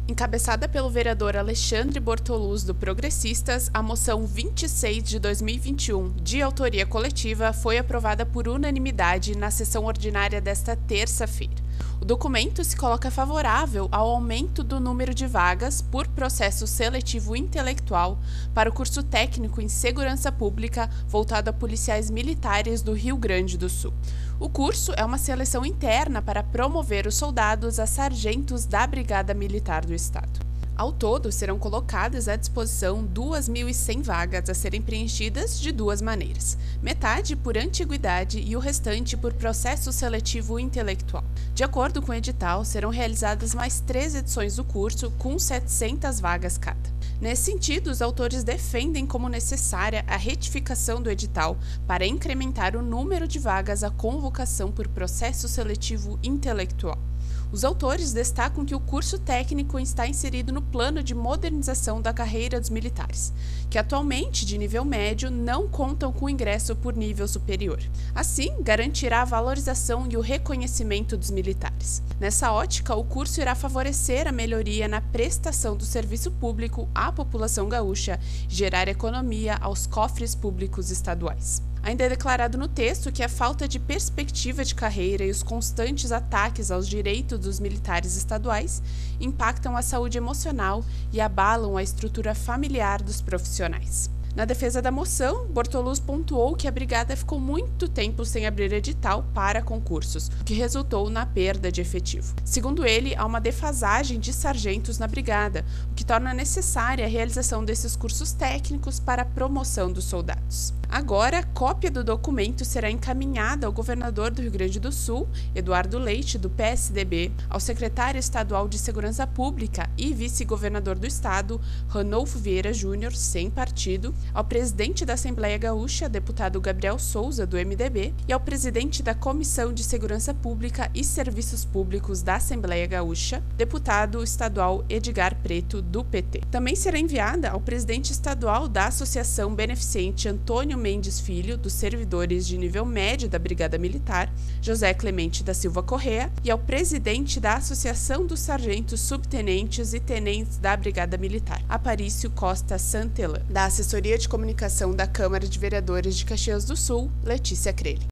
Encabeçada pelo vereador Alexandre Bortoluz, do Progressistas, a moção 26 de 2021, de autoria coletiva, foi aprovada por unanimidade na sessão ordinária desta terça-feira. O documento se coloca favorável ao aumento do número de vagas por processo seletivo intelectual para o curso técnico em segurança pública voltado a policiais militares do Rio Grande do Sul. O curso é uma seleção interna para promover os soldados a sargentos da Brigada Militar do Estado. Ao todo, serão colocadas à disposição 2.100 vagas a serem preenchidas de duas maneiras: metade por antiguidade e o restante por processo seletivo intelectual. De acordo com o edital, serão realizadas mais 3 edições do curso, com 700 vagas cada. Nesse sentido, os autores defendem como necessária a retificação do edital para incrementar o número de vagas à convocação por processo seletivo intelectual. Os autores destacam que o curso técnico está inserido no plano de modernização da carreira dos militares, que atualmente, de nível médio, não contam com ingresso por nível superior. Assim, garantirá a valorização e o reconhecimento dos militares. Nessa ótica, o curso irá favorecer a melhoria na prestação do serviço público à população gaúcha e gerar economia aos cofres públicos estaduais. Ainda é declarado no texto que a falta de perspectiva de carreira e os constantes ataques aos direitos dos militares estaduais impactam a saúde emocional e abalam a estrutura familiar dos profissionais. Na defesa da moção, Bortoluz pontuou que a Brigada ficou muito tempo sem abrir edital para concursos, o que resultou na perda de efetivo. Segundo ele, há uma defasagem de sargentos na Brigada, o que torna necessária a realização desses cursos técnicos para a promoção dos soldados. Agora, cópia do documento será encaminhada ao governador do Rio Grande do Sul, Eduardo Leite, do PSDB, ao secretário estadual de Segurança Pública e vice-governador do estado, Ranolfo Vieira Júnior, sem partido, ao presidente da Assembleia Gaúcha, deputado Gabriel Souza, do MDB, e ao presidente da Comissão de Segurança Pública e Serviços Públicos da Assembleia Gaúcha, deputado estadual Edgar Preto, do PT. Também será enviada ao presidente estadual da Associação Beneficente Antônio Mendes Filho, dos servidores de nível médio da Brigada Militar, José Clemente da Silva Correa, e ao presidente da Associação dos Sargentos, Subtenentes e Tenentes da Brigada Militar, Aparício Costa Santelã, da Assessoria de Comunicação da Câmara de Vereadores de Caxias do Sul, Letícia Crele.